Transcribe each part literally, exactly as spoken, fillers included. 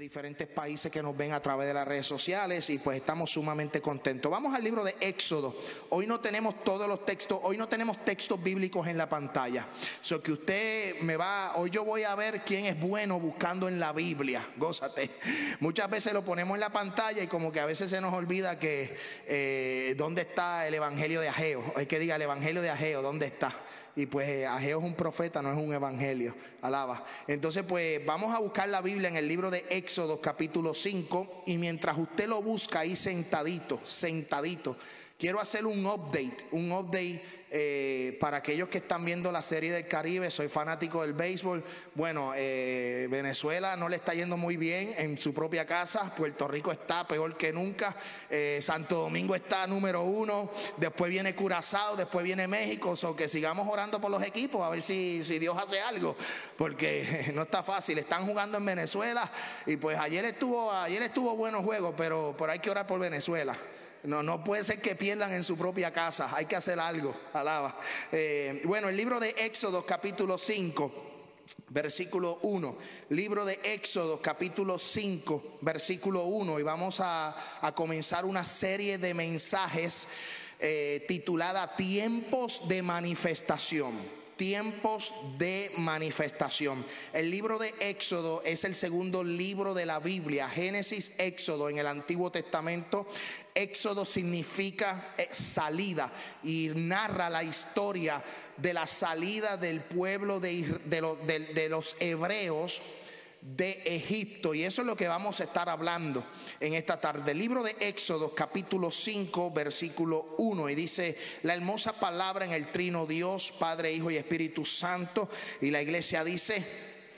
diferentes países que nos ven a través de las redes sociales, y pues estamos sumamente contentos. Vamos al libro de Éxodo. Hoy no tenemos todos los textos, hoy no tenemos textos bíblicos en la pantalla. So que usted me va, hoy yo voy a ver quién es bueno buscando en la Biblia. Gózate. Muchas veces lo ponemos en la pantalla y como que a veces se nos olvida que eh, dónde está el evangelio de Ageo. Hay que diga el evangelio de Ageo, ¿dónde está? Y pues Ageo es un profeta, no es un evangelio. Alaba. Entonces pues vamos a buscar la Biblia en el libro de Éxodo capítulo cinco. Y mientras usted lo busca ahí sentadito, sentadito, quiero hacer un update, un update eh, para aquellos que están viendo la Serie del Caribe. Soy fanático del béisbol. Bueno, eh, Venezuela no le está yendo muy bien en su propia casa. Puerto Rico está peor que nunca. Eh, Santo Domingo está número uno. Después viene Curazao, después viene México. So que sigamos orando por los equipos a ver si, si Dios hace algo, porque no está fácil. Están jugando en Venezuela y pues ayer estuvo, ayer estuvo buenos juegos, pero, pero hay que orar por Venezuela. No, no puede ser que pierdan en su propia casa. Hay que hacer algo. Alaba. Eh, bueno, el libro de Éxodo capítulo cinco, versículo uno. Libro de Éxodo capítulo cinco, versículo uno. Y vamos a, a comenzar una serie de mensajes eh, titulada Tiempos de Manifestación. Tiempos de manifestación. El libro de Éxodo es el segundo libro de la Biblia. Génesis, Éxodo en el Antiguo Testamento. Éxodo significa salida y narra la historia de la salida del pueblo de, de, los, de, de los hebreos de Egipto, y eso es lo que vamos a estar hablando en esta tarde. El libro de Éxodo capítulo cinco, versículo uno, y dice la hermosa palabra en el trino Dios, Padre, Hijo y Espíritu Santo. Y la iglesia dice: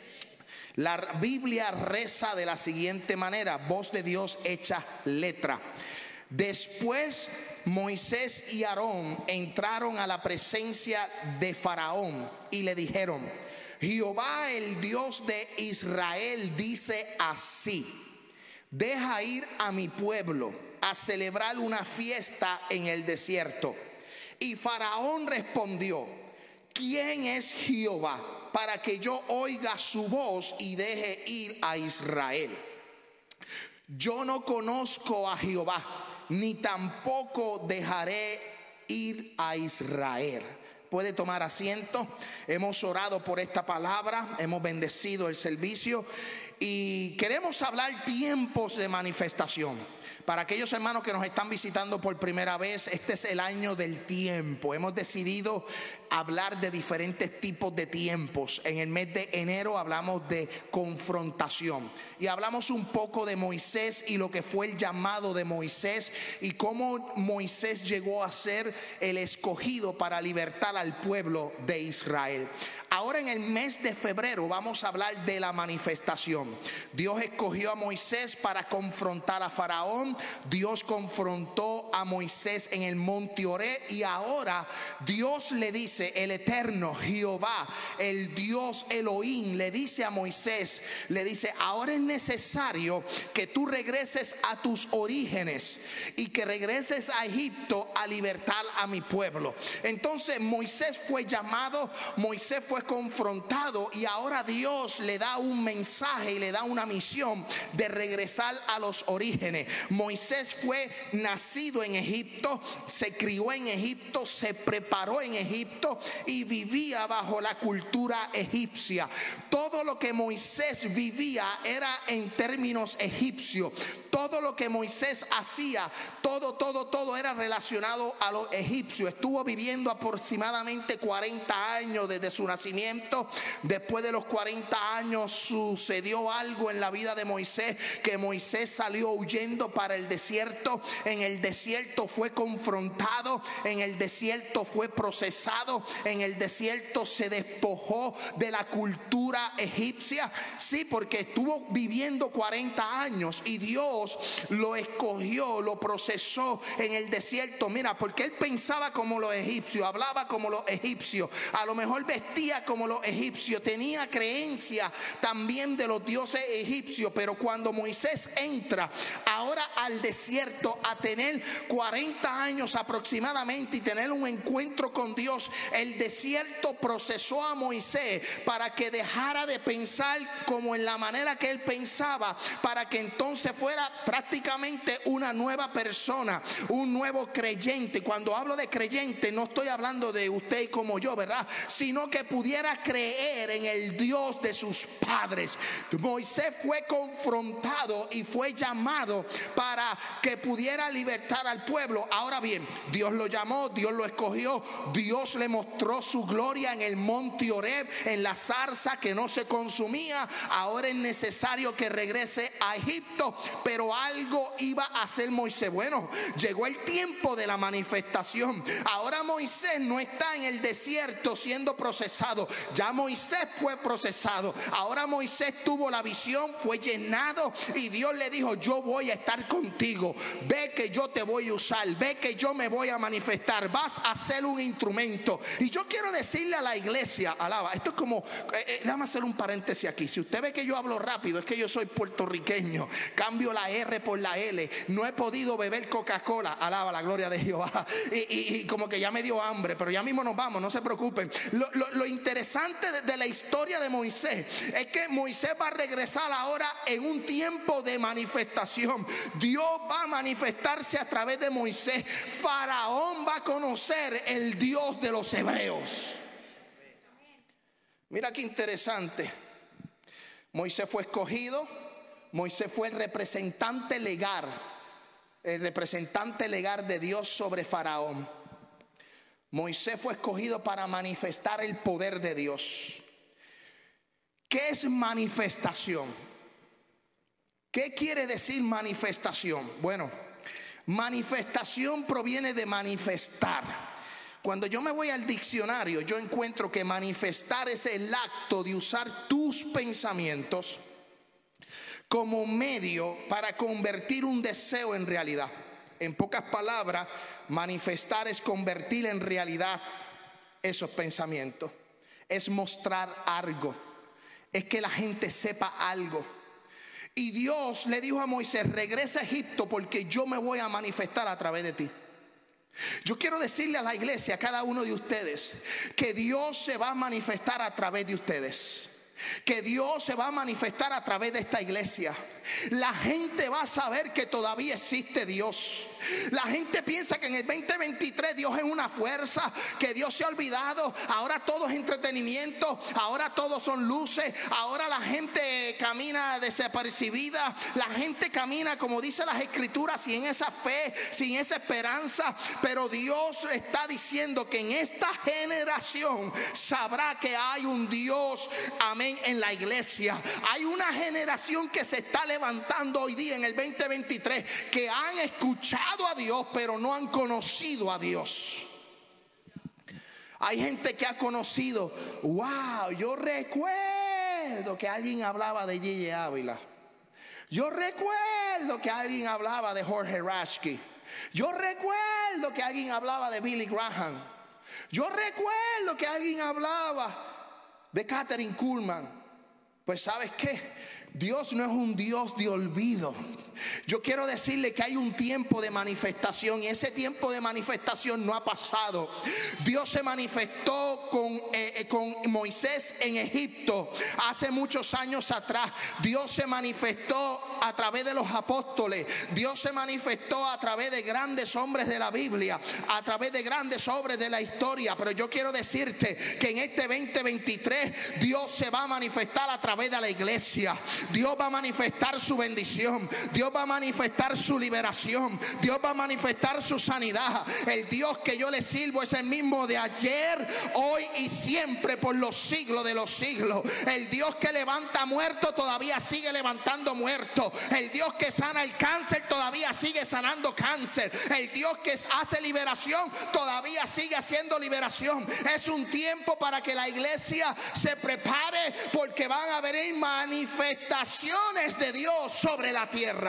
la Biblia reza de la siguiente manera, voz de Dios hecha letra. Después Moisés y Aarón entraron a la presencia de Faraón y le dijeron: Jehová, el Dios de Israel, dice así: deja ir a mi pueblo a celebrar una fiesta en el desierto. Y Faraón respondió: ¿quién es Jehová para que yo oiga su voz y deje ir a Israel? Yo no conozco a Jehová, ni tampoco dejaré ir a Israel. Puede tomar asiento. Hemos orado por esta palabra, hemos bendecido el servicio y queremos hablar tiempos de manifestación. Para aquellos hermanos que nos están visitando por primera vez, este es el año del tiempo. Hemos decidido hablar de diferentes tipos de tiempos. En el mes de enero hablamos de confrontación y hablamos un poco de Moisés y lo que fue el llamado de Moisés y cómo Moisés llegó a ser el escogido para libertar al pueblo de Israel. Ahora en el mes de febrero vamos a hablar de la manifestación. Dios escogió a Moisés para confrontar a Faraón. Dios confrontó a Moisés en el monte Oré, y ahora Dios le dice, el eterno Jehová, el Dios Elohim, le dice a Moisés, le dice: ahora es necesario que tú regreses a tus orígenes y que regreses a Egipto a libertar a mi pueblo. Entonces Moisés fue llamado, Moisés fue confrontado, y ahora Dios le da un mensaje y le da una misión de regresar a los orígenes. Moisés fue nacido en Egipto, se crió en Egipto, se preparó en Egipto y vivía bajo la cultura egipcia. Todo lo que Moisés vivía era en términos egipcios. Todo lo que Moisés hacía, todo, todo, todo era relacionado a los egipcios. Estuvo viviendo aproximadamente cuarenta años desde su nacimiento. Después de los cuarenta años sucedió algo en la vida de Moisés, que Moisés salió huyendo para el desierto. En el desierto fue confrontado, en el desierto fue procesado, en el desierto se despojó de la cultura egipcia. Sí, porque estuvo viviendo cuarenta años y Dios Dios lo escogió, lo procesó en el desierto. Mira, porque él pensaba como los egipcios, hablaba como los egipcios, a lo mejor vestía como los egipcios, tenía creencia también de los dioses egipcios. Pero cuando Moisés entra ahora al desierto a tener cuarenta años aproximadamente y tener un encuentro con Dios, el desierto procesó a Moisés para que dejara de pensar como en la manera que él pensaba, para que entonces fuera prácticamente una nueva persona, un nuevo creyente. Cuando hablo de creyente no estoy hablando de usted y como yo, ¿verdad? Sino que pudiera creer en el Dios de sus padres. Moisés fue confrontado y fue llamado para que pudiera libertar al pueblo. Ahora bien, Dios lo llamó, Dios lo escogió, Dios le mostró su gloria en el monte Horeb, en la zarza que no se consumía. Ahora es necesario que regrese a Egipto, pero algo iba a hacer Moisés. Bueno, llegó el tiempo de la manifestación. Ahora Moisés no está en el desierto siendo procesado, ya Moisés fue procesado. Ahora Moisés tuvo la visión, fue llenado y Dios le dijo: yo voy a estar contigo, ve que yo te voy a usar, ve que yo me voy a manifestar, vas a ser un instrumento. Y yo quiero decirle a la iglesia, alaba, esto es como, eh, eh, déjame hacer un paréntesis aquí. Si usted ve que yo hablo rápido, es que yo soy puertorriqueño, cambio la R por la L, no he podido beber Coca-Cola, alaba la gloria de Jehová, y, y, y como que ya me dio hambre, pero ya mismo nos vamos, no se preocupen. Lo, lo, lo interesante de, de la historia de Moisés es que Moisés va a regresar ahora en un tiempo de manifestación. Dios va a manifestarse a través de Moisés. Faraón va a conocer el Dios de los hebreos. Mira qué interesante. Moisés fue escogido, Moisés fue el representante legal, el representante legal de Dios sobre Faraón. Moisés fue escogido para manifestar el poder de Dios. ¿Qué es manifestación? ¿Qué quiere decir manifestación? Bueno, manifestación proviene de manifestar. Cuando yo me voy al diccionario, yo encuentro que manifestar es el acto de usar tus pensamientos como medio para convertir un deseo en realidad. En pocas palabras, manifestar es convertir en realidad esos pensamientos. Es mostrar algo. Es que la gente sepa algo. Y Dios le dijo a Moisés: regresa a Egipto porque yo me voy a manifestar a través de ti. Yo quiero decirle a la iglesia, a cada uno de ustedes, que Dios se va a manifestar a través de ustedes. Que Dios se va a manifestar a través de esta iglesia. La gente va a saber que todavía existe Dios. La gente piensa que en el veinte veintitrés Dios es una fuerza, que Dios se ha olvidado. Ahora todo es entretenimiento, ahora todo son luces, ahora la gente camina desapercibida. La gente camina, como dice las escrituras, sin esa fe, sin esa esperanza. Pero Dios está diciendo que en esta generación sabrá que hay un Dios, amén, en la iglesia. Hay una generación que se está levantando hoy día en el veinte veintitrés, que han escuchado a Dios pero no han conocido a Dios. Hay gente que ha conocido, wow, yo recuerdo que alguien hablaba de Gigi Ávila. Yo recuerdo que alguien hablaba de Jorge Rashke. Yo recuerdo que alguien hablaba de Billy Graham. Yo recuerdo que alguien hablaba de Catherine Kuhlman. Pues ¿sabes qué? Dios no es un Dios de olvido. Yo quiero decirle que hay un tiempo de manifestación y ese tiempo de manifestación no ha pasado. Dios se manifestó con, eh, con Moisés en Egipto hace muchos años atrás. Dios se manifestó a través de los apóstoles. Dios se manifestó a través de grandes hombres de la Biblia, a través de grandes hombres de la historia. Pero yo quiero decirte que en este veinte veintitrés Dios se va a manifestar a través de la iglesia. Dios va a manifestar su bendición. Dios va a manifestar su liberación. Dios va a manifestar su sanidad. El Dios que yo le sirvo es el mismo de ayer, hoy y siempre, por los siglos de los siglos. El Dios que levanta muertos todavía sigue levantando muertos. El Dios que sana el cáncer todavía sigue sanando cáncer. El Dios que hace liberación todavía sigue haciendo liberación. Es un tiempo para que la iglesia se prepare, porque van a venir manifestaciones de Dios sobre la tierra.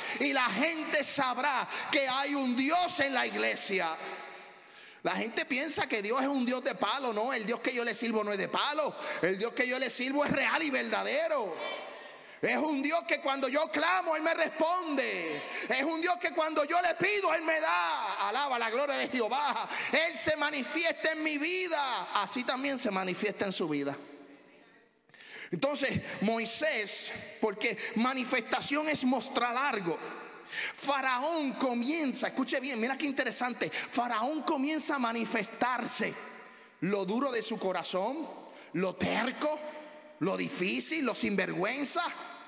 y la gente sabrá que hay un Dios en la iglesia. La gente piensa que Dios es un Dios de palo. No, el Dios que yo le sirvo no es de palo. El Dios que yo le sirvo es real y verdadero. Es un Dios que cuando yo clamo, Él me responde. Es un Dios que cuando yo le pido, Él me da. Alaba la gloria de Jehová. Él se manifiesta en mi vida. Así también se manifiesta en su vida. Entonces, Moisés, porque manifestación es mostrar algo. Faraón comienza, escuche bien, mira qué interesante. Faraón comienza a manifestarse lo duro de su corazón, lo terco, lo difícil, lo sinvergüenza.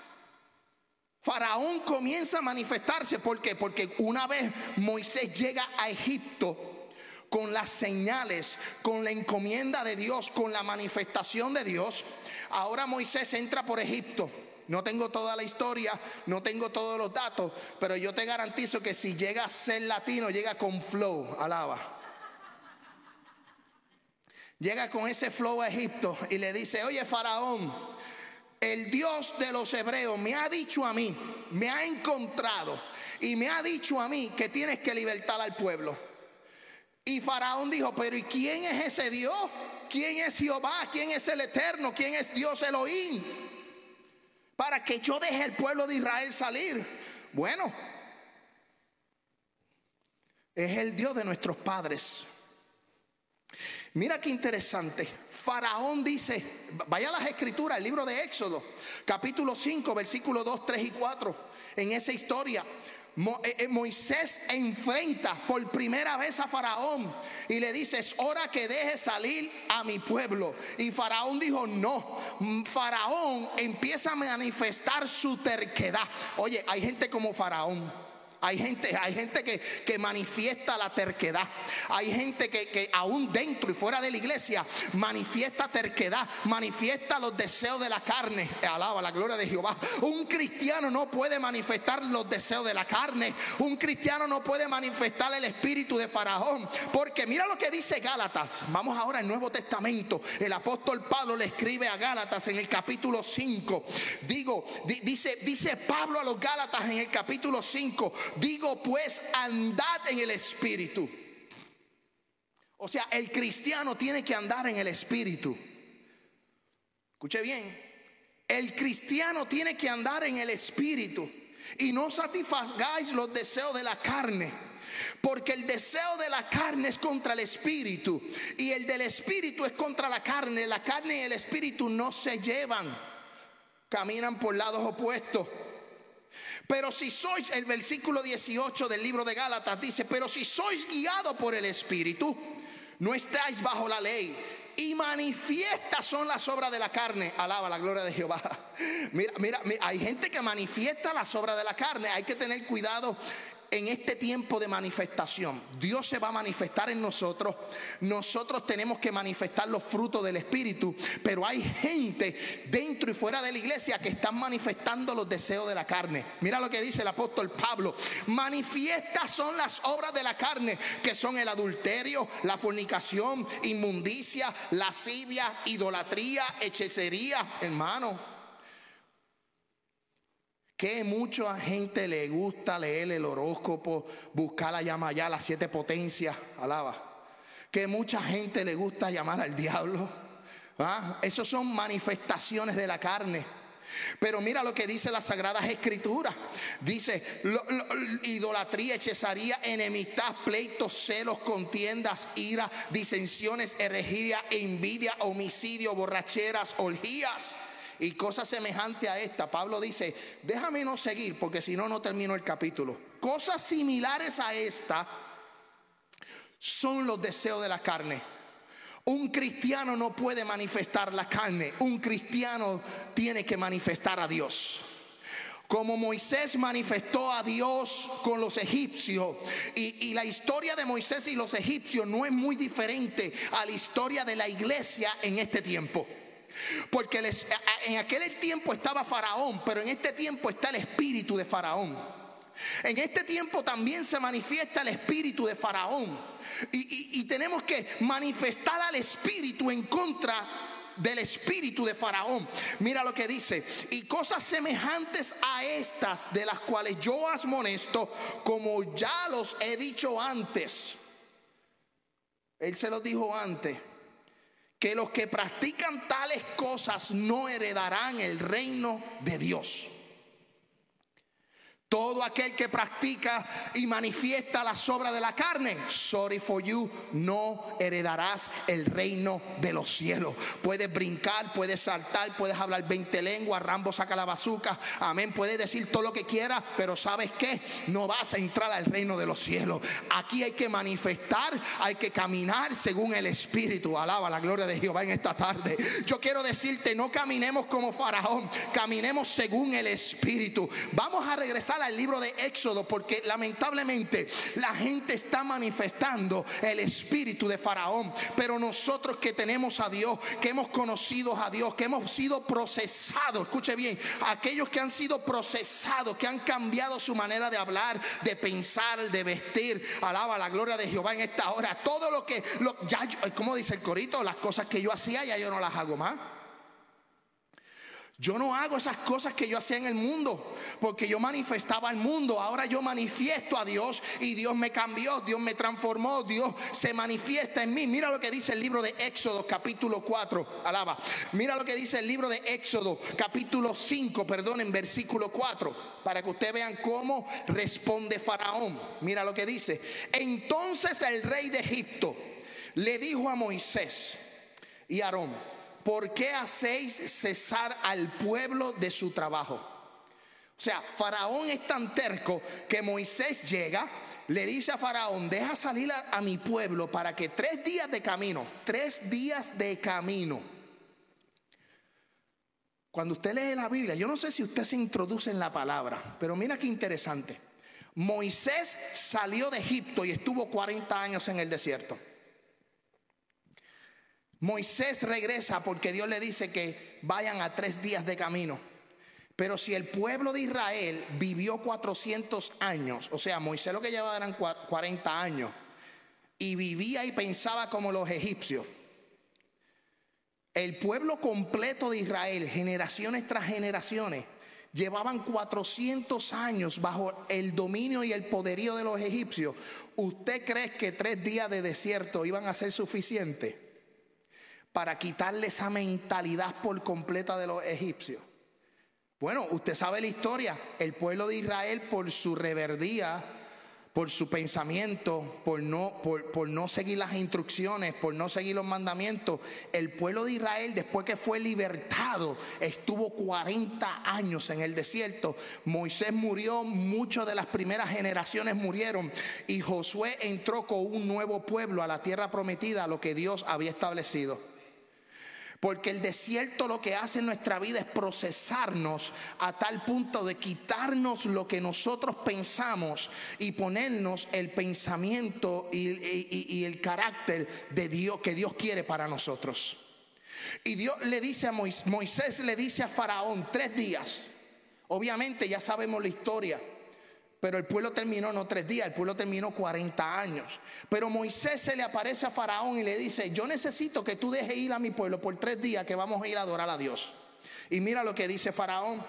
Faraón comienza a manifestarse. ¿Por qué? Porque una vez Moisés llega a Egipto con las señales, con la encomienda de Dios, con la manifestación de Dios. Ahora Moisés entra por Egipto. No tengo toda la historia, no tengo todos los datos, pero yo te garantizo que si llega a ser latino, llega con flow, alaba. Llega con ese flow a Egipto y le dice: oye, Faraón, el Dios de los hebreos me ha dicho a mí, me ha encontrado y me ha dicho a mí que tienes que libertar al pueblo. Y Faraón dijo: pero ¿y quién es ese Dios? ¿Quién es Jehová? ¿Quién es el Eterno? ¿Quién es Dios Elohim? Para que yo deje el pueblo de Israel salir. Bueno, es el Dios de nuestros padres. Mira qué interesante. Faraón dice, vaya a las escrituras, el libro de Éxodo, capítulo cinco, versículos dos, tres y cuatro. En esa historia Mo, eh, Moisés enfrenta por primera vez a Faraón y le dice: es hora que deje salir a mi pueblo. Y Faraón dijo no. Faraón empieza a manifestar su terquedad. Oye, hay gente como Faraón. Hay gente, hay gente que, que manifiesta la terquedad. Hay gente que, que aún dentro y fuera de la iglesia manifiesta terquedad, manifiesta los deseos de la carne. Alaba la gloria de Jehová. Un cristiano no puede manifestar los deseos de la carne. Un cristiano no puede manifestar el espíritu de Faraón. Porque mira lo que dice Gálatas. Vamos ahora al Nuevo Testamento. El apóstol Pablo le escribe a Gálatas en el capítulo cinco. Digo, di, dice, dice Pablo a los Gálatas en el capítulo cinco: digo pues, andad en el espíritu. O sea, el cristiano tiene que andar en el espíritu. Escuche bien, el cristiano tiene que andar en el espíritu y no satisfagáis los deseos de la carne, porque el deseo de la carne es contra el espíritu y el del espíritu es contra la carne. La carne y el espíritu no se llevan, caminan por lados opuestos. Pero si sois, el versículo dieciocho del libro de Gálatas dice: pero si sois guiados por el espíritu, no estáis bajo la ley. Y manifiestas son las obras de la carne. Alaba la gloria de Jehová. Mira, mira, mira, hay gente que manifiesta las obras de la carne. Hay que tener cuidado en este tiempo de manifestación. Dios se va a manifestar en nosotros. Nosotros tenemos que manifestar los frutos del espíritu. Pero hay gente dentro y fuera de la iglesia que están manifestando los deseos de la carne. Mira lo que dice el apóstol Pablo: manifiestas son las obras de la carne, que son el adulterio, la fornicación, inmundicia, lascivia, idolatría, hechicería. Hermano, que mucha gente le gusta leer el horóscopo, buscar la llama allá, las siete potencias, alaba. Que mucha gente le gusta llamar al diablo. ¿Ah? Esos son manifestaciones de la carne. Pero mira lo que dice las Sagradas Escrituras. Dice: lo, lo, idolatría, hechicería, enemistad, pleitos, celos, contiendas, ira, disensiones, herejía, envidia, homicidio, borracheras, orgías y cosas semejantes a esta. Pablo dice: déjame no seguir, porque si no, no termino el capítulo. Cosas similares a esta son los deseos de la carne. Un cristiano no puede manifestar la carne. Un cristiano tiene que manifestar a Dios. Como Moisés manifestó a Dios con los egipcios. Y, y la historia de Moisés y los egipcios no es muy diferente a la historia de la iglesia en este tiempo. Porque les, en aquel tiempo estaba Faraón, pero en este tiempo está el espíritu de Faraón. En este tiempo también se manifiesta el espíritu de Faraón. Y, y, y tenemos que manifestar al espíritu en contra del espíritu de Faraón. Mira lo que dice: y cosas semejantes a estas, de las cuales yo amonesto, como ya los he dicho antes. Él se los dijo antes, que los que practican tales cosas no heredarán el reino de Dios. Todo aquel que practica y manifiesta las obras de la carne, sorry for you, no heredarás el reino de los cielos. Puedes brincar, puedes saltar, puedes hablar veinte lenguas, Rambo saca la bazuca, amén, puedes decir todo lo que quieras, pero ¿sabes qué? No vas a entrar al reino de los cielos. Aquí hay que manifestar, hay que caminar según el Espíritu. Alaba la gloria de Jehová en esta tarde. Yo quiero decirte, no caminemos como Faraón, caminemos según el Espíritu. Vamos a regresar al libro de Éxodo, porque lamentablemente la gente está manifestando el espíritu de Faraón. Pero nosotros que tenemos a Dios, que hemos conocido a Dios, que hemos sido procesados, escuche bien, aquellos que han sido procesados, que han cambiado su manera de hablar, de pensar, de vestir, alaba la gloria de Jehová en esta hora. Todo lo que, lo, ya, como dice el corito, las cosas que yo hacía ya yo no las hago más. Yo no hago esas cosas que yo hacía en el mundo, porque yo manifestaba al mundo. Ahora yo manifiesto a Dios y Dios me cambió, Dios me transformó, Dios se manifiesta en mí. Mira lo que dice el libro de Éxodo capítulo cuatro, alaba. Mira lo que dice el libro de Éxodo capítulo cinco, perdón, en versículo cuatro, para que ustedes vean cómo responde Faraón. Mira lo que dice: entonces el rey de Egipto le dijo a Moisés y a Aarón: ¿por qué hacéis cesar al pueblo de su trabajo? O sea, Faraón es tan terco que Moisés llega, le dice a Faraón: deja salir a, a mi pueblo para que tres días de camino, tres días de camino. Cuando usted lee la Biblia, yo no sé si usted se introduce en la palabra, pero mira qué interesante. Moisés salió de Egipto y estuvo cuarenta años en el desierto. Moisés regresa porque Dios le dice que vayan a tres días de camino. Pero si el pueblo de Israel vivió cuatrocientos años, o sea, Moisés lo que llevaba eran cuarenta años, y vivía y pensaba como los egipcios. El pueblo completo de Israel, generaciones tras generaciones, llevaban cuatrocientos años bajo el dominio y el poderío de los egipcios. ¿Usted cree que tres días de desierto iban a ser suficientes para quitarle esa mentalidad por completa de los egipcios? Bueno, usted sabe la historia. El pueblo de Israel, por su reverdía, por su pensamiento, por no, por, por no seguir las instrucciones, por no seguir los mandamientos, el pueblo de Israel, después que fue libertado, estuvo cuarenta años en el desierto. Moisés murió, muchas de las primeras generaciones murieron, y Josué entró con un nuevo pueblo a la tierra prometida, a lo que Dios había establecido. Porque el desierto lo que hace en nuestra vida es procesarnos a tal punto de quitarnos lo que nosotros pensamos y ponernos el pensamiento y, y, y el carácter de Dios que Dios quiere para nosotros. Y Dios le dice a Moisés, Moisés le dice a Faraón: tres días. Obviamente ya sabemos la historia, pero el pueblo terminó no tres días, el pueblo terminó cuarenta años. Pero Moisés se le aparece a Faraón y le dice: yo necesito que tú dejes ir a mi pueblo por tres días, que vamos a ir a adorar a Dios. Y mira lo que dice Faraón.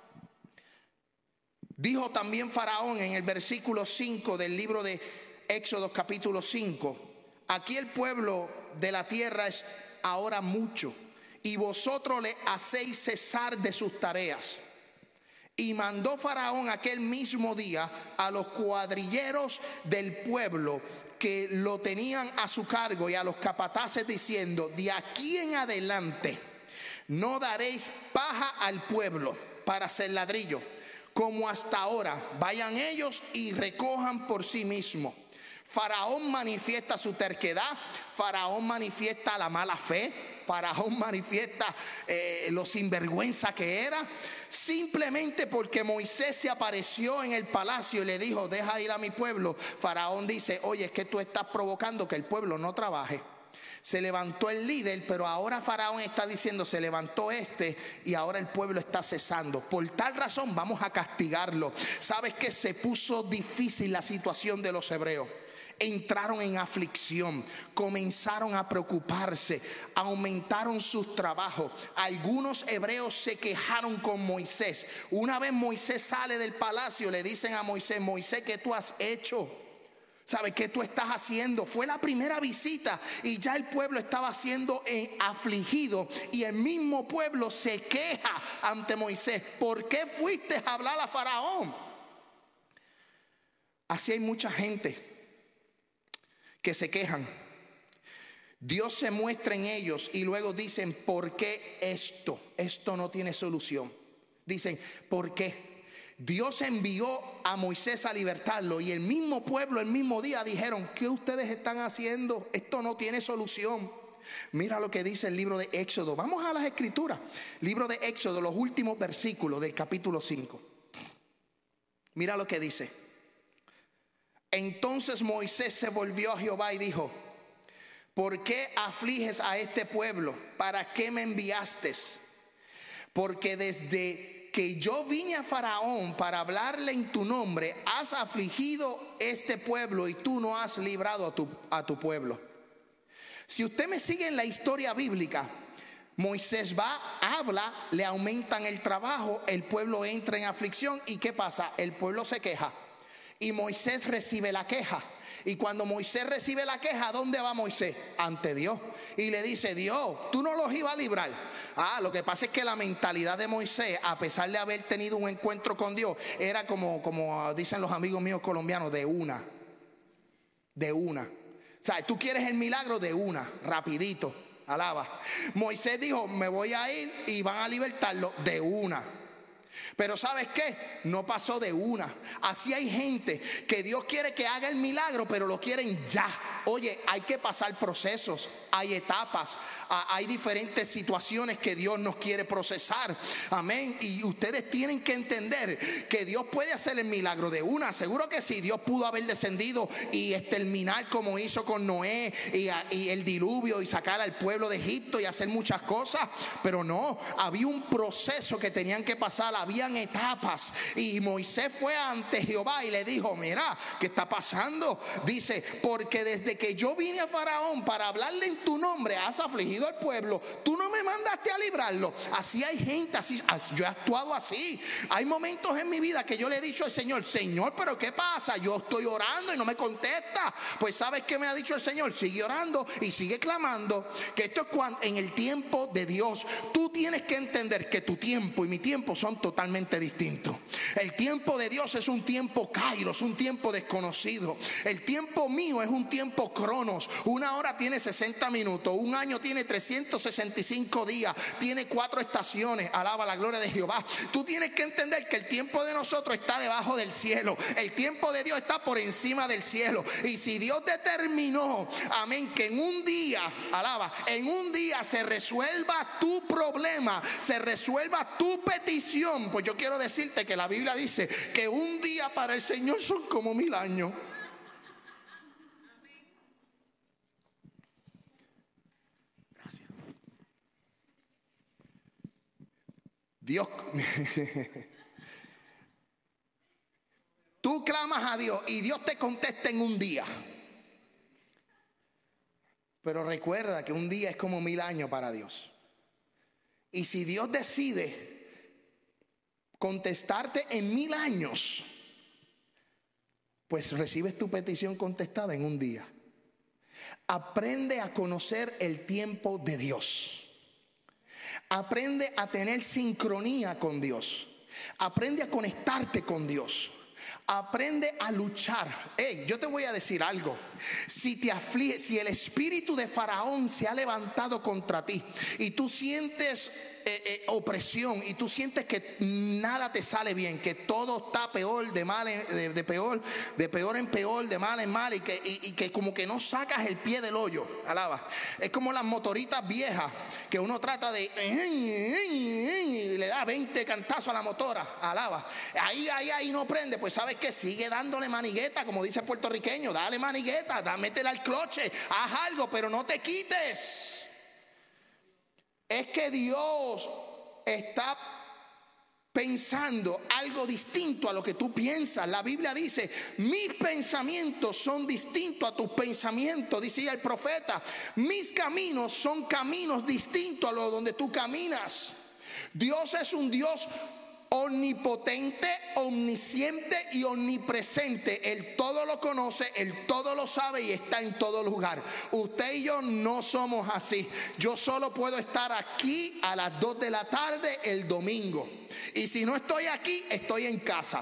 Dijo también Faraón en el versículo cinco del libro de Éxodo capítulo cinco: aquí el pueblo de la tierra es ahora mucho, y vosotros le hacéis cesar de sus tareas. Y mandó Faraón aquel mismo día a los cuadrilleros del pueblo que lo tenían a su cargo y a los capataces, diciendo: de aquí en adelante no daréis paja al pueblo para hacer ladrillo, como hasta ahora. Vayan ellos y recojan por sí mismos. Faraón manifiesta su terquedad, Faraón manifiesta la mala fe, Faraón manifiesta eh, lo sinvergüenza que era, simplemente porque Moisés se apareció en el palacio y le dijo: deja ir a mi pueblo. Faraón dice: oye, es que tú estás provocando que el pueblo no trabaje. Se levantó el líder, pero ahora Faraón está diciendo: se levantó este y ahora el pueblo está cesando. Por tal razón vamos a castigarlo. ¿Sabes qué? Se puso difícil la situación de los hebreos. entraron en aflicción, comenzaron a preocuparse, aumentaron sus trabajos. Algunos hebreos se quejaron con Moisés. Una vez Moisés sale del palacio, le dicen a Moisés: Moisés, ¿qué tú has hecho? ¿Sabes qué tú estás haciendo? Fue la primera visita y ya el pueblo estaba siendo eh, afligido, y el mismo pueblo se queja ante Moisés: ¿por qué fuiste a hablar a Faraón? Así hay mucha gente que se quejan. Dios se muestra en ellos y luego dicen: ¿por qué esto? Esto no tiene solución. Dicen: ¿por qué? Dios envió a Moisés a libertarlo, y el mismo pueblo el mismo día dijeron: ¿qué ustedes están haciendo? Esto no tiene solución. Mira lo que dice el libro de Éxodo. Vamos a las escrituras. Libro de Éxodo, los últimos versículos del capítulo cinco. Mira lo que dice. Entonces Moisés se volvió a Jehová y dijo: ¿por qué afliges a este pueblo? ¿Para qué me enviaste? Porque desde que yo vine a Faraón para hablarle en tu nombre, has afligido este pueblo y tú no has librado a tu, a tu pueblo. Si usted me sigue en la historia bíblica, Moisés va, habla, le aumentan el trabajo, el pueblo entra en aflicción, y ¿qué pasa? El pueblo se queja y Moisés recibe la queja. Y cuando Moisés recibe la queja, ¿dónde va Moisés? Ante Dios. Y le dice: Dios, tú no los ibas a librar. Ah, lo que pasa es que la mentalidad de Moisés, a pesar de haber tenido un encuentro con Dios, era como, como dicen los amigos míos colombianos, de una. De una. O sea, tú quieres el milagro de una, rapidito. Alaba. Moisés dijo: me voy a ir y van a libertarlo de una. Pero ¿sabes qué? No pasó de una. Así hay gente que Dios quiere que haga el milagro, pero lo quieren ya. Oye, hay que pasar procesos, hay etapas, hay diferentes situaciones que Dios nos quiere procesar. Amén. Y ustedes tienen que entender que Dios puede hacer el milagro de una. Seguro que sí, Dios pudo haber descendido y exterminar como hizo con Noé y, y el diluvio, y sacar al pueblo de Egipto y hacer muchas cosas. Pero no, había un proceso que tenían que pasar, habían etapas. Y Moisés fue ante Jehová y le dijo: mira, ¿qué está pasando? Dice: porque desde que yo vine a Faraón para hablarle en tu nombre, has afligido al pueblo, tú no me mandaste a librarlo. Así hay gente, así, yo he actuado así. Hay momentos en mi vida que yo le he dicho al Señor: Señor, pero ¿qué pasa? Yo estoy orando y no me contesta. Pues ¿sabes qué me ha dicho el Señor? Sigue orando y sigue clamando. Que esto es cuando, en el tiempo de Dios, tú tienes que entender que tu tiempo y mi tiempo son totalmente distintos. El tiempo de Dios es un tiempo kairos, un tiempo desconocido. El tiempo mío es un tiempo cronos. Una hora tiene sesenta minutos, un año tiene trescientos sesenta y cinco días, tiene cuatro estaciones. Alaba la gloria de Jehová. Tú tienes que entender que el tiempo de nosotros está debajo del cielo, el tiempo de Dios está por encima del cielo. Y si Dios determinó, amén, que en un día, alaba, en un día se resuelva tu problema, se resuelva tu petición, pues yo quiero decirte que la Biblia dice que un día para el Señor son como mil años. Gracias. Dios, tú clamas a Dios y Dios te contesta en un día. Pero recuerda que un día es como mil años para Dios. Y si Dios decide contestarte en mil años, pues recibes tu petición contestada en un día. Aprende a conocer el tiempo de Dios. Aprende a tener sincronía con Dios. Aprende a conectarte con Dios. Aprende a luchar. Hey, yo te voy a decir algo. Si te aflige, si el espíritu de Faraón se ha levantado contra ti y tú sientes eh, eh, opresión y tú sientes que nada te sale bien, que todo está peor, de mal en, de, de peor, de peor en peor, de mal en mal, y que, y, y que como que no sacas el pie del hoyo. Alaba. Es como las motoritas viejas que uno trata de y le da veinte cantazos a la motora. Alaba. Ahí, ahí, ahí no prende. Pues sabes que sigue dándole manigueta, como dice el puertorriqueño. Dale manigueta, da, métela al cloche, haz algo, pero no te quites. Es que Dios está pensando algo distinto a lo que tú piensas. La Biblia dice, mis pensamientos son distintos a tus pensamientos, decía el profeta. Mis caminos son caminos distintos a los donde tú caminas. Dios es un Dios omnipotente, omnisciente y omnipresente. Él todo lo conoce, Él todo lo sabe y está en todo lugar. Usted y yo no somos así. Yo solo puedo estar aquí a las dos de la tarde el domingo. Y si no estoy aquí, estoy en casa.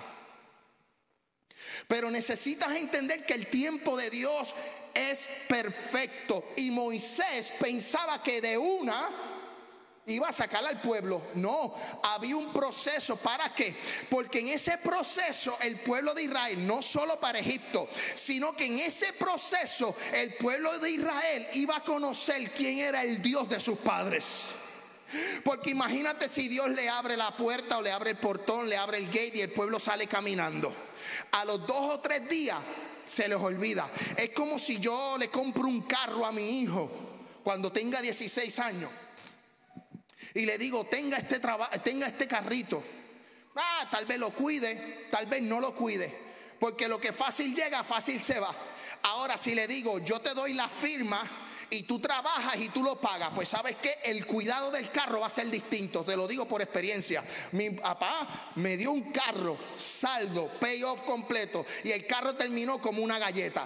Pero necesitas entender que el tiempo de Dios es perfecto. Y Moisés pensaba que de una iba a sacar al pueblo. No, había un proceso. ¿Para qué? Porque en ese proceso el pueblo de Israel, no solo para Egipto, sino que en ese proceso el pueblo de Israel iba a conocer quién era el Dios de sus padres. Porque imagínate si Dios le abre la puerta o le abre el portón, le abre el gate y el pueblo sale caminando. A los dos o tres días se les olvida. Es como si yo le compro un carro a mi hijo cuando tenga dieciséis años y le digo, tenga este, tenga este carrito. Ah, tal vez lo cuide, tal vez no lo cuide, porque lo que fácil llega, fácil se va. Ahora si le digo, yo te doy la firma y tú trabajas y tú lo pagas, pues sabes que el cuidado del carro va a ser distinto. Te lo digo por experiencia. Mi papá me dio un carro, saldo, payoff completo, y el carro terminó como una galleta.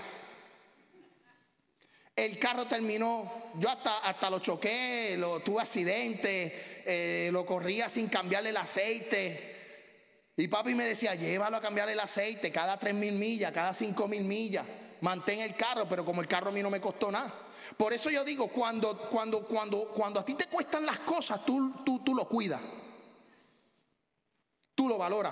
El carro terminó, yo hasta, hasta lo choqué, lo, tuve accidente, eh, lo corría sin cambiarle el aceite. Y papi me decía, llévalo a cambiarle el aceite cada tres mil millas, cada cinco mil millas. Mantén el carro, pero como el carro a mí no me costó nada. Por eso yo digo, cuando, cuando, cuando, cuando a ti te cuestan las cosas, tú, tú, tú lo cuidas. Tú lo valoras.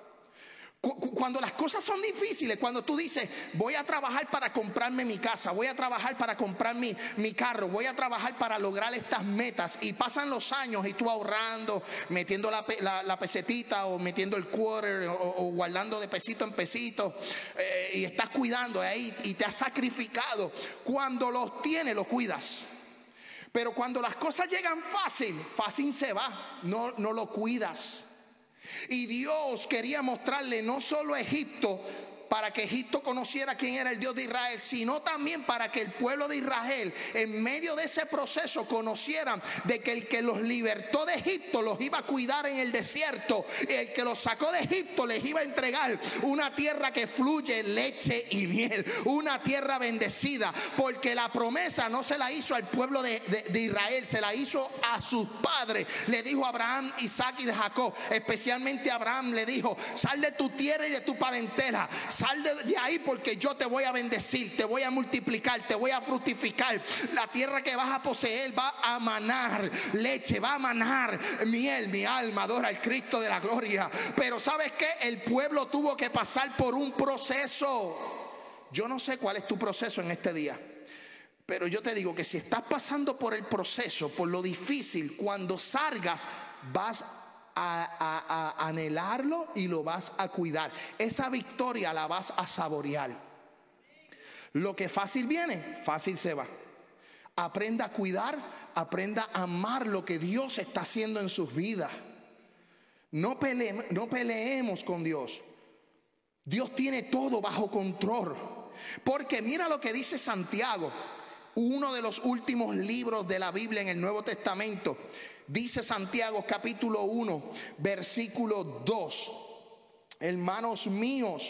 Cuando las cosas son difíciles, cuando tú dices, voy a trabajar para comprarme mi casa, voy a trabajar para comprar mi, mi carro, voy a trabajar para lograr estas metas, y pasan los años y tú ahorrando, metiendo la, la, la pesetita o metiendo el quarter o, o guardando de pesito en pesito, eh, y estás cuidando ahí y te has sacrificado. Cuando los tienes, los cuidas. Pero cuando las cosas llegan fácil, fácil se va, no, no lo cuidas. Y Dios quería mostrarle no solo a Egipto, para que Egipto conociera quién era el Dios de Israel, sino también para que el pueblo de Israel en medio de ese proceso conocieran de que el que los libertó de Egipto los iba a cuidar en el desierto, y el que los sacó de Egipto les iba a entregar una tierra que fluye leche y miel, una tierra bendecida. Porque la promesa no se la hizo al pueblo de, de, de Israel, se la hizo a sus padres. Le dijo a Abraham, Isaac y de Jacob. Especialmente a Abraham le dijo, sal de tu tierra y de tu parentela, sal de, de ahí, porque yo te voy a bendecir, te voy a multiplicar, te voy a fructificar. La tierra que vas a poseer va a manar leche, va a manar miel. Mi alma adora al Cristo de la gloria. Pero ¿sabes qué? El pueblo tuvo que pasar por un proceso. Yo no sé cuál es tu proceso en este día, pero yo te digo que si estás pasando por el proceso, por lo difícil, cuando salgas vas a A, a, a anhelarlo y lo vas a cuidar. Esa victoria la vas a saborear. Lo que fácil viene, fácil se va. Aprenda a cuidar, aprenda a amar lo que Dios está haciendo en sus vidas. No peleemos, no peleemos con Dios. Dios tiene todo bajo control. Porque mira lo que dice Santiago, uno de los últimos libros de la Biblia en el Nuevo Testamento. Dice Santiago capítulo uno, versículo dos. Hermanos míos,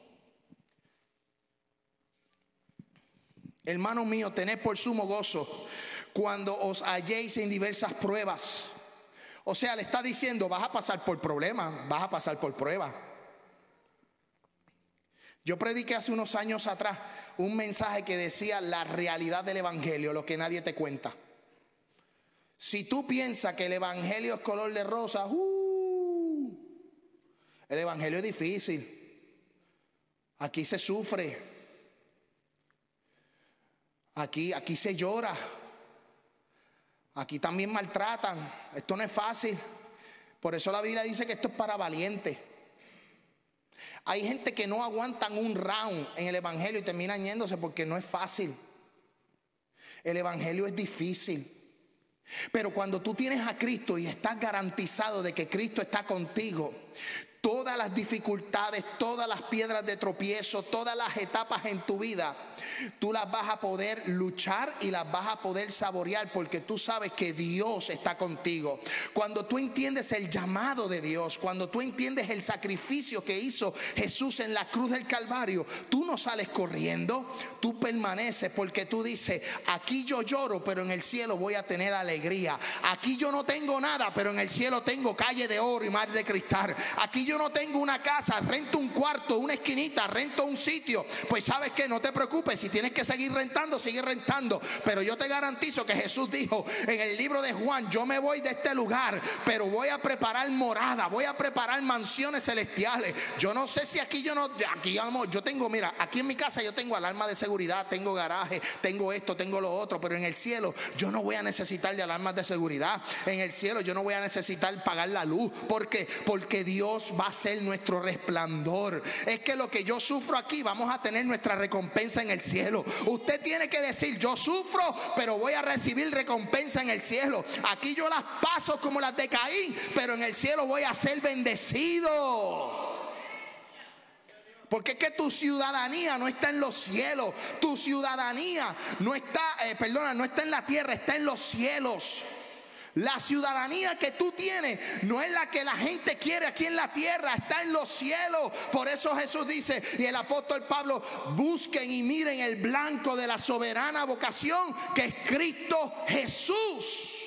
hermanos míos, tened por sumo gozo cuando os halléis en diversas pruebas. O sea, le está diciendo, vas a pasar por problemas, vas a pasar por pruebas. Yo prediqué hace unos años atrás un mensaje que decía la realidad del evangelio, lo que nadie te cuenta. Si tú piensas que el evangelio es color de rosa, uh, el evangelio es difícil. Aquí se sufre. Aquí, aquí se llora. Aquí también maltratan. Esto no es fácil. Por eso la Biblia dice que esto es para valientes. Hay gente que no aguantan un round en el evangelio y terminan yéndose porque no es fácil. El evangelio es difícil. Pero cuando tú tienes a Cristo y estás garantizado de que Cristo está contigo, todas las dificultades, todas las piedras de tropiezo, todas las etapas en tu vida, tú las vas a poder luchar y las vas a poder saborear, porque tú sabes que Dios está contigo. Cuando tú entiendes el llamado de Dios, cuando tú entiendes el sacrificio que hizo Jesús en la cruz del Calvario, tú no sales corriendo, tú permaneces, porque tú dices: aquí yo lloro, pero en el cielo voy a tener alegría. Aquí yo no tengo nada, pero en el cielo tengo calle de oro y mar de cristal. Aquí yo no tengo una casa, rento un cuarto, una esquinita, rento un sitio. Pues sabes que no te preocupes, si tienes que seguir rentando, sigue rentando. Pero yo te garantizo que Jesús dijo en el libro de Juan: yo me voy de este lugar, pero voy a preparar morada, voy a preparar mansiones celestiales. Yo no sé si aquí yo no, aquí yo tengo, mira, aquí en mi casa yo tengo alarma de seguridad, tengo garaje, tengo esto, tengo lo otro, pero en el cielo yo no voy a necesitar de alarmas de seguridad. En el cielo yo no voy a necesitar pagar la luz. ¿Por qué? Porque Dios va a ser nuestro resplandor. Es que lo que yo sufro aquí, vamos a tener nuestra recompensa en el cielo. Usted tiene que decir: yo sufro, pero voy a recibir recompensa en el cielo. Aquí yo las paso como las de Caín, pero en el cielo voy a ser bendecido. Porque es que tu ciudadanía no está en los cielos. Tu ciudadanía no está, eh, perdona, no está en la tierra, está en los cielos. La ciudadanía que tú tienes no es la que la gente quiere aquí en la tierra, está en los cielos. Por eso Jesús dice, y el apóstol Pablo: busquen y miren el blanco de la soberana vocación, que es Cristo Jesús.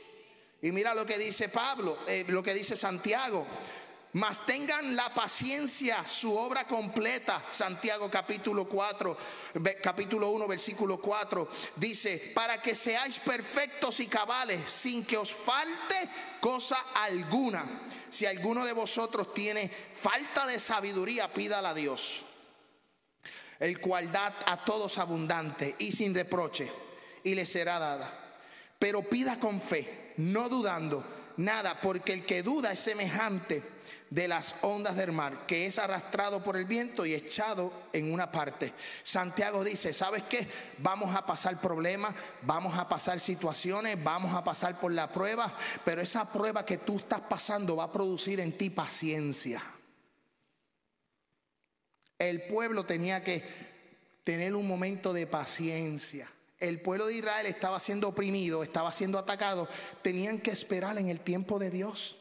Y mira lo que dice Pablo, eh, lo que dice Santiago: mas tengan la paciencia su obra completa. Santiago capítulo cuatro, capítulo uno, versículo cuatro, dice: para que seáis perfectos y cabales, sin que os falte cosa alguna. Si alguno de vosotros tiene falta de sabiduría, pídala a Dios, el cual da a todos abundante y sin reproche, y le será dada. Pero pida con fe, no dudando nada, porque el que duda es semejante de las ondas del mar, que es arrastrado por el viento y echado en una parte. Santiago dice: ¿sabes qué? Vamos a pasar problemas, vamos a pasar situaciones, vamos a pasar por la prueba, pero esa prueba que tú estás pasando va a producir en ti paciencia. El pueblo tenía que tener un momento de paciencia. El pueblo de Israel estaba siendo oprimido, estaba siendo atacado. Tenían que esperar en el tiempo de Dios.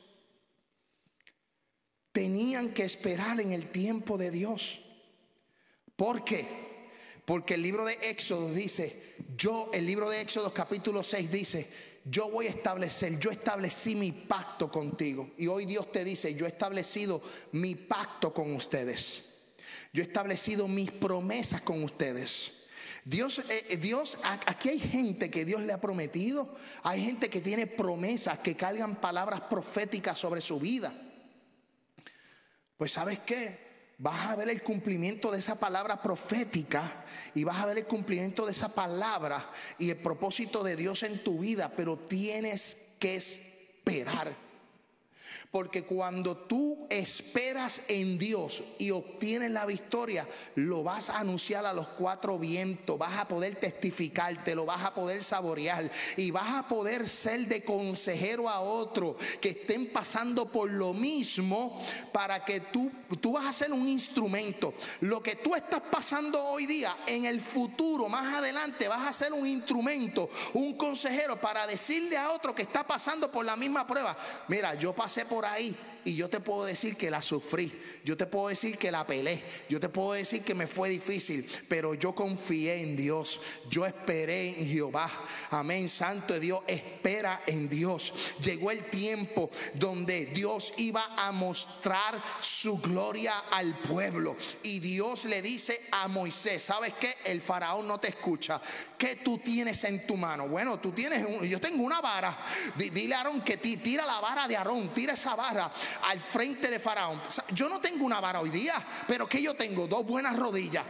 Tenían que esperar en el tiempo de Dios. ¿Por qué? Porque el libro de Éxodo dice, yo, el libro de Éxodo capítulo seis dice: yo voy a establecer, yo establecí mi pacto contigo. Y hoy Dios te dice: yo he establecido mi pacto con ustedes. Yo he establecido mis promesas con ustedes. Dios, eh, Dios, aquí hay gente que Dios le ha prometido. Hay gente que tiene promesas, que cargan palabras proféticas sobre su vida. Pues ¿sabes qué? Vas a ver el cumplimiento de esa palabra profética, y vas a ver el cumplimiento de esa palabra y el propósito de Dios en tu vida. Pero tienes que esperar. Porque cuando tú esperas en Dios y obtienes la victoria, lo vas a anunciar a los cuatro vientos, vas a poder testificar, te lo vas a poder saborear, y vas a poder ser de consejero a otro que estén pasando por lo mismo, para que tú, tú vas a ser un instrumento. Lo que tú estás pasando hoy día, en el futuro, más adelante, vas a ser un instrumento, un consejero, para decirle a otro que está pasando por la misma prueba: mira, yo pasé por ahí y yo te puedo decir que la sufrí, yo te puedo decir que la peleé, yo te puedo decir que me fue difícil, pero yo confié en Dios, yo esperé en Jehová. Amén. Santo de Dios, espera en Dios. Llegó el tiempo donde Dios iba a mostrar su gloria al pueblo, y Dios le dice a Moisés: ¿sabes qué? El faraón no te escucha. ¿Qué tú tienes en tu mano? Bueno, tú tienes un, yo tengo una vara. Dile a Aarón que tira la vara de Aarón, tira esa vara al frente de Faraón. Yo no tengo una vara hoy día, pero que yo tengo dos buenas rodillas.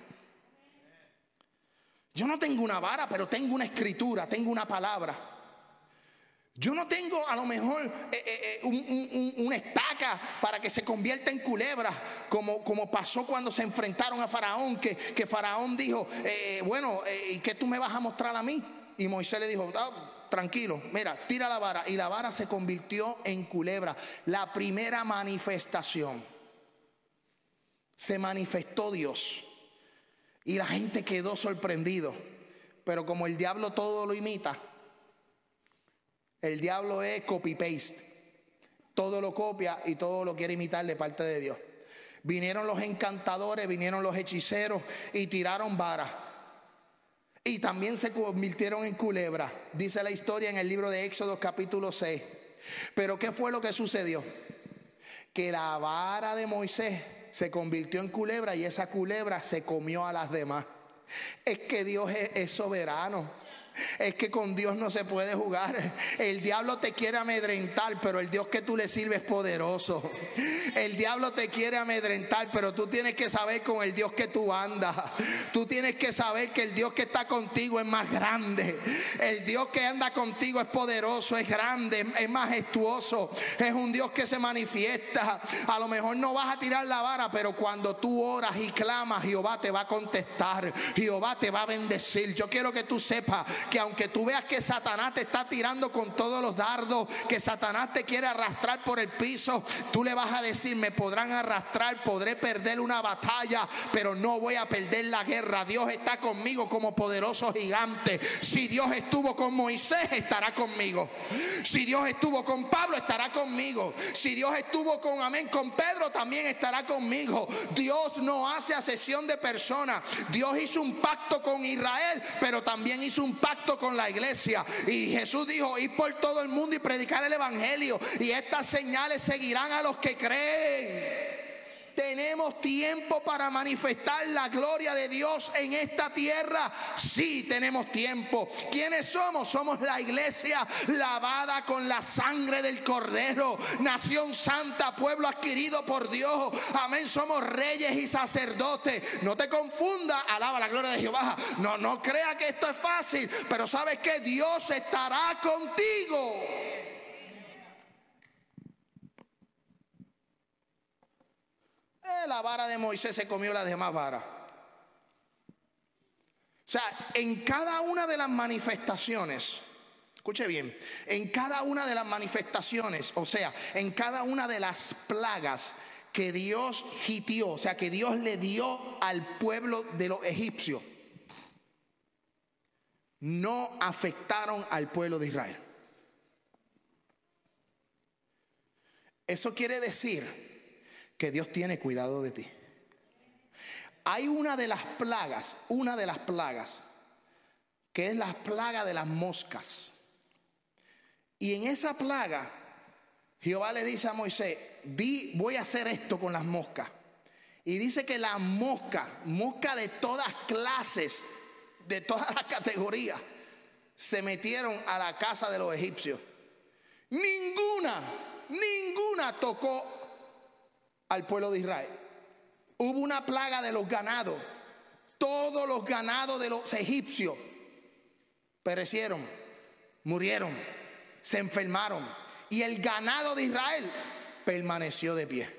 Yo no tengo una vara, pero tengo una escritura, tengo una palabra. Yo no tengo a lo mejor eh, eh, un, un, una estaca para que se convierta en culebra, como, como pasó cuando se enfrentaron a Faraón, que, que Faraón dijo: eh, bueno, eh, ¿y qué tú me vas a mostrar a mí? Y Moisés le dijo: ah, tranquilo, mira, tira la vara. Y la vara se convirtió en culebra. La primera manifestación. Se manifestó Dios. Y la gente quedó sorprendido. Pero como el diablo todo lo imita, el diablo es copy-paste. Todo lo copia y todo lo quiere imitar de parte de Dios. Vinieron los encantadores, vinieron los hechiceros y tiraron vara. Y también se convirtieron en culebra. Dice la historia en el libro de Éxodo capítulo seis. Pero ¿qué fue lo que sucedió? Que la vara de Moisés se convirtió en culebra y esa culebra se comió a las demás. Es que Dios es, es soberano. Es que con Dios no se puede jugar. El diablo te quiere amedrentar, pero el Dios que tú le sirves es poderoso. El diablo te quiere amedrentar, pero tú tienes que saber con el Dios que tú andas. Tú tienes que saber que el Dios que está contigo es más grande. El Dios que anda contigo es poderoso, es grande, es majestuoso. Es un Dios que se manifiesta. A lo mejor no vas a tirar la vara, pero cuando tú oras y clamas, Jehová te va a contestar. Jehová te va a bendecir. Yo quiero que tú sepas que aunque tú veas que Satanás te está tirando con todos los dardos, que Satanás te quiere arrastrar por el piso, tú le vas a decir: me podrán arrastrar, podré perder una batalla, pero no voy a perder la guerra. Dios está conmigo como poderoso gigante. Si Dios estuvo con Moisés, estará conmigo. Si Dios estuvo con Pablo, estará conmigo. Si Dios estuvo con amén con Pedro, también estará conmigo. Dios no hace acepción de personas. Dios hizo un pacto con Israel, pero también hizo un pacto con la iglesia. Y Jesús dijo: ir por todo el mundo y predicar el evangelio, y estas señales seguirán a los que creen. ¿Tenemos tiempo para manifestar la gloria de Dios en esta tierra? Sí, tenemos tiempo. ¿Quiénes somos? Somos la iglesia lavada con la sangre del Cordero, nación santa, pueblo adquirido por Dios. Amén, somos reyes y sacerdotes. No te confunda, alaba la gloria de Jehová. No, no crea que esto es fácil, pero sabes que Dios estará contigo. La vara de Moisés se comió las demás varas. O sea, en cada una de las manifestaciones, escuche bien, en cada una de las manifestaciones, o sea, en cada una de las plagas que Dios hitió, o sea, que Dios le dio al pueblo de los egipcios, no afectaron al pueblo de Israel. Eso quiere decir que Dios tiene cuidado de ti. Hay una de las plagas, una de las plagas, que es la plaga de las moscas. Y en esa plaga, Jehová le dice a Moisés: di, voy a hacer esto con las moscas. Y dice que las moscas, moscas de todas clases, de todas las categorías, se metieron a la casa de los egipcios. Ninguna, ninguna tocó al pueblo de Israel. Hubo una plaga de los ganados. Todos los ganados de los egipcios perecieron, murieron, se enfermaron. Y el ganado de Israel permaneció de pie.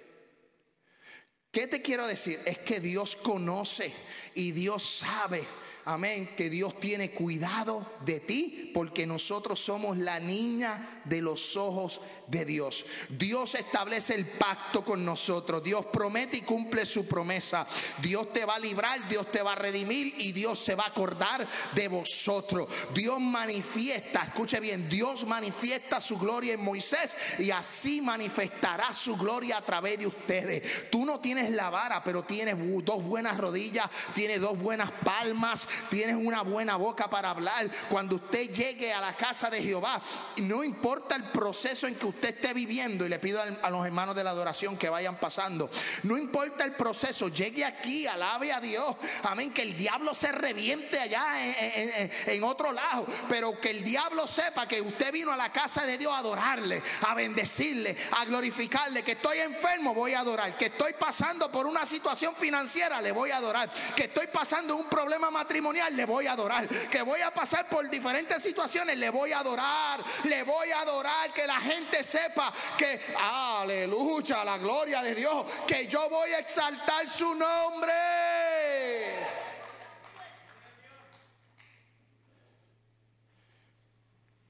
¿Qué te quiero decir? Es que Dios conoce y Dios sabe, amén, que Dios tiene cuidado de ti, porque nosotros somos la niña de los ojos de Dios. Dios establece el pacto con nosotros. Dios promete y cumple su promesa. Dios te va a librar, Dios te va a redimir y Dios se va a acordar de vosotros. Dios manifiesta, escuche bien, Dios manifiesta su gloria en Moisés y así manifestará su gloria a través de ustedes. Tú no tienes la vara, pero tienes dos buenas rodillas, tienes dos buenas palmas, tienes una buena boca para hablar. Cuando usted llegue a la casa de Jehová, no importa el proceso en que usted esté viviendo, y le pido a los hermanos de la adoración que vayan pasando, no importa el proceso, llegue aquí, alabe a Dios, amén, que el diablo se reviente allá en, en, en otro lado, pero que el diablo sepa que usted vino a la casa de Dios a adorarle, a bendecirle, a glorificarle. Que estoy enfermo, voy a adorar. Que estoy pasando por una situación financiera, le voy a adorar. Que estoy pasando un problema matrimonial, le voy a adorar. Que voy a pasar por diferentes situaciones, le voy a adorar, le voy a adorar. Que la gente sepa que, aleluya, la gloria de Dios, que yo voy a exaltar su nombre.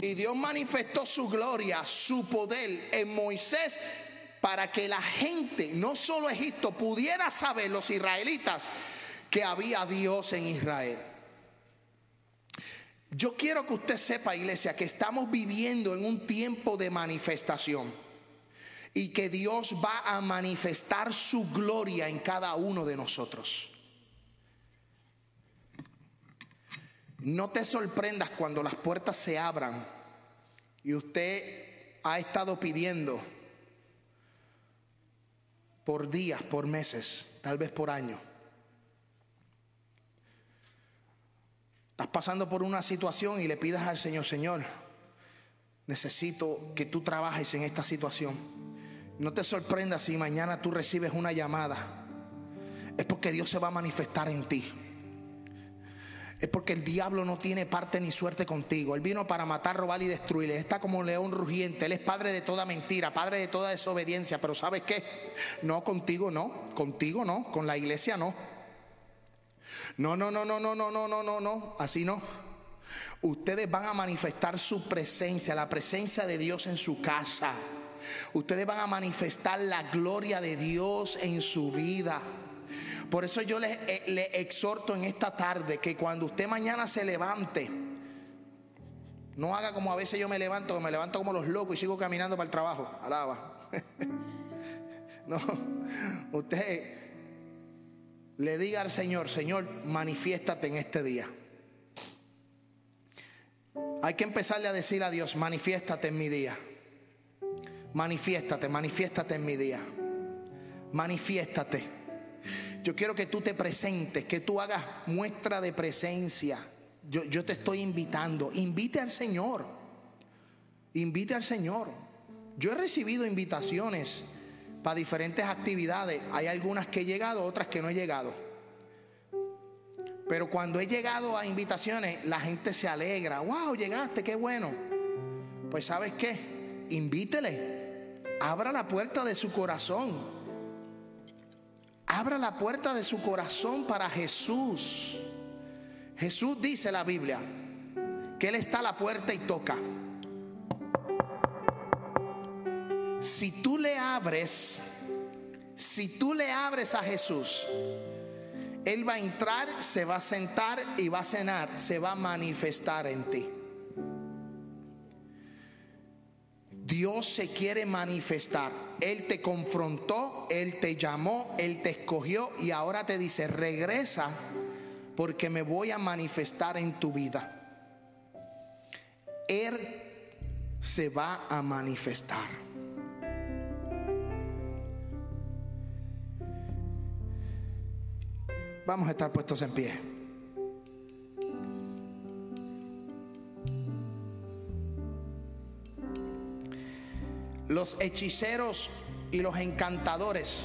Y Dios manifestó su gloria, su poder en Moisés, para que la gente, no solo Egipto, pudiera saber, los israelitas, que había Dios en Israel. Yo quiero que usted sepa, iglesia, que estamos viviendo en un tiempo de manifestación y que Dios va a manifestar su gloria en cada uno de nosotros. No te sorprendas cuando las puertas se abran y usted ha estado pidiendo por días, por meses, tal vez por años. Estás pasando por una situación y le pidas al Señor: Señor, necesito que tú trabajes en esta situación. No te sorprendas si mañana tú recibes una llamada. Es porque Dios se va a manifestar en ti. Es porque el diablo no tiene parte ni suerte contigo. Él vino para matar, robar y destruir. Él está como un león rugiente. Él es padre de toda mentira, padre de toda desobediencia. Pero ¿sabes qué? No, contigo no. Contigo no. Con la iglesia no. No, no, no, no, no, no, no, no, no, no. Así no. Ustedes van a manifestar su presencia, la presencia de Dios en su casa. Ustedes van a manifestar la gloria de Dios en su vida. Por eso yo le, le exhorto en esta tarde que cuando usted mañana se levante, no haga como a veces yo me levanto, que me levanto como los locos y sigo caminando para el trabajo. Alaba. No, usted le diga al Señor: Señor, manifiéstate en este día. Hay que empezarle a decir a Dios: manifiéstate en mi día. Manifiéstate, manifiéstate en mi día. Manifiéstate. Yo quiero que tú te presentes, que tú hagas muestra de presencia. Yo, yo te estoy invitando. Invite al Señor. Invite al Señor. Yo he recibido invitaciones para diferentes actividades. Hay algunas que he llegado, otras que no he llegado. Pero cuando he llegado a invitaciones, la gente se alegra. Wow, llegaste, qué bueno. Pues ¿sabes qué? Invítele. Abra la puerta de su corazón. Abra la puerta de su corazón para Jesús. Jesús dice la Biblia que Él está a la puerta y toca. Si tú le abres, si tú le abres a Jesús, Él va a entrar, se va a sentar y va a cenar, se va a manifestar en ti. Dios se quiere manifestar. Él te confrontó, Él te llamó, Él te escogió y ahora te dice: regresa porque me voy a manifestar en tu vida. Él se va a manifestar. Vamos a estar puestos en pie. Los hechiceros y los encantadores,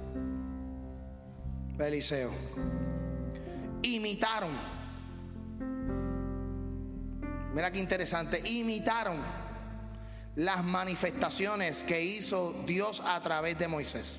Eliseo, imitaron. Mira qué interesante. Imitaron las manifestaciones que hizo Dios a través de Moisés.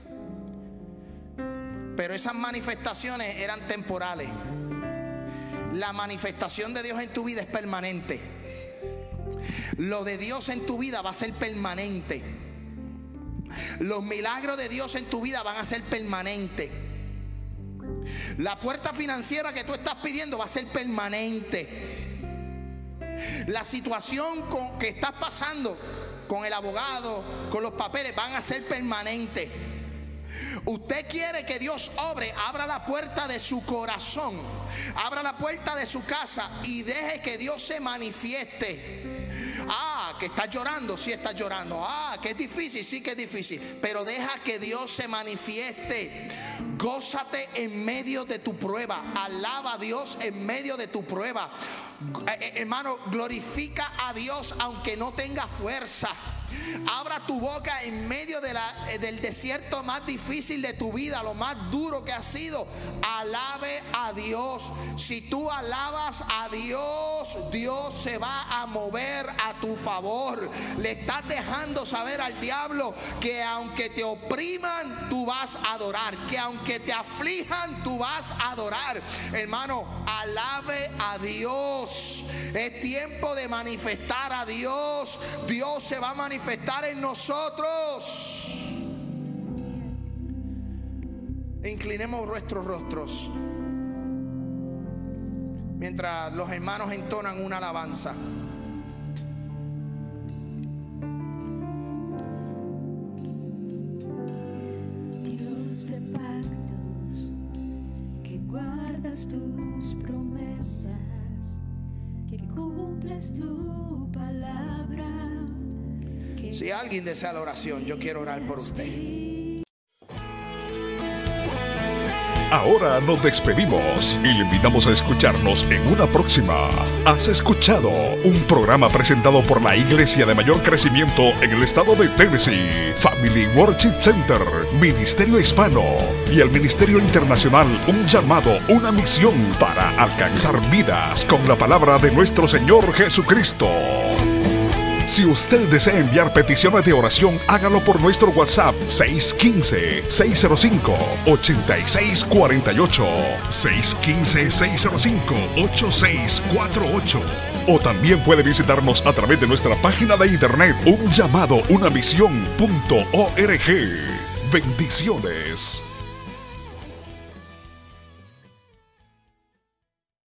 Pero esas manifestaciones eran temporales. La manifestación de Dios en tu vida es permanente. Lo de Dios en tu vida va a ser permanente. Los milagros de Dios en tu vida van a ser permanentes. La puerta financiera que tú estás pidiendo va a ser permanente. La situación con, que estás pasando con el abogado, con los papeles, van a ser permanentes. Usted quiere que Dios obre, abra la puerta de su corazón, abra la puerta de su casa y deje que Dios se manifieste. Ah, que estás llorando, sí estás llorando. Ah, que es difícil, sí que es difícil. Pero deja que Dios se manifieste. Gózate en medio de tu prueba. Alaba a Dios en medio de tu prueba. Eh, eh, hermano, glorifica a Dios aunque no tenga fuerza. Abra tu boca en medio de la, del desierto más difícil de tu vida, lo más duro que ha sido. Alabe a Dios. Si tú alabas a Dios, Dios se va a mover a tu favor. Le estás dejando saber al diablo que aunque te opriman, tú vas a adorar. Que aunque te aflijan, tú vas a adorar. Hermano, alabe a Dios. Es tiempo de manifestar a Dios. Dios se va a manifestar en nosotros. Inclinemos nuestros rostros mientras los hermanos entonan una alabanza. Dios de pactos, que guardas tus promesas, que cumples tu palabra. Si alguien desea la oración, yo quiero orar por usted. Ahora nos despedimos y le invitamos a escucharnos en una próxima. Has escuchado un programa presentado por la iglesia de mayor crecimiento en el estado de Tennessee, Family Worship Center, Ministerio Hispano y el Ministerio Internacional, un llamado, una misión para alcanzar vidas con la palabra de nuestro Señor Jesucristo. Si usted desea enviar peticiones de oración, hágalo por nuestro WhatsApp seis uno cinco, seis cero cinco, ocho seis cuatro ocho, seis uno cinco, seis cero cinco, ocho seis cuatro ocho. O también puede visitarnos a través de nuestra página de internet un llamado una misión punto org. Bendiciones.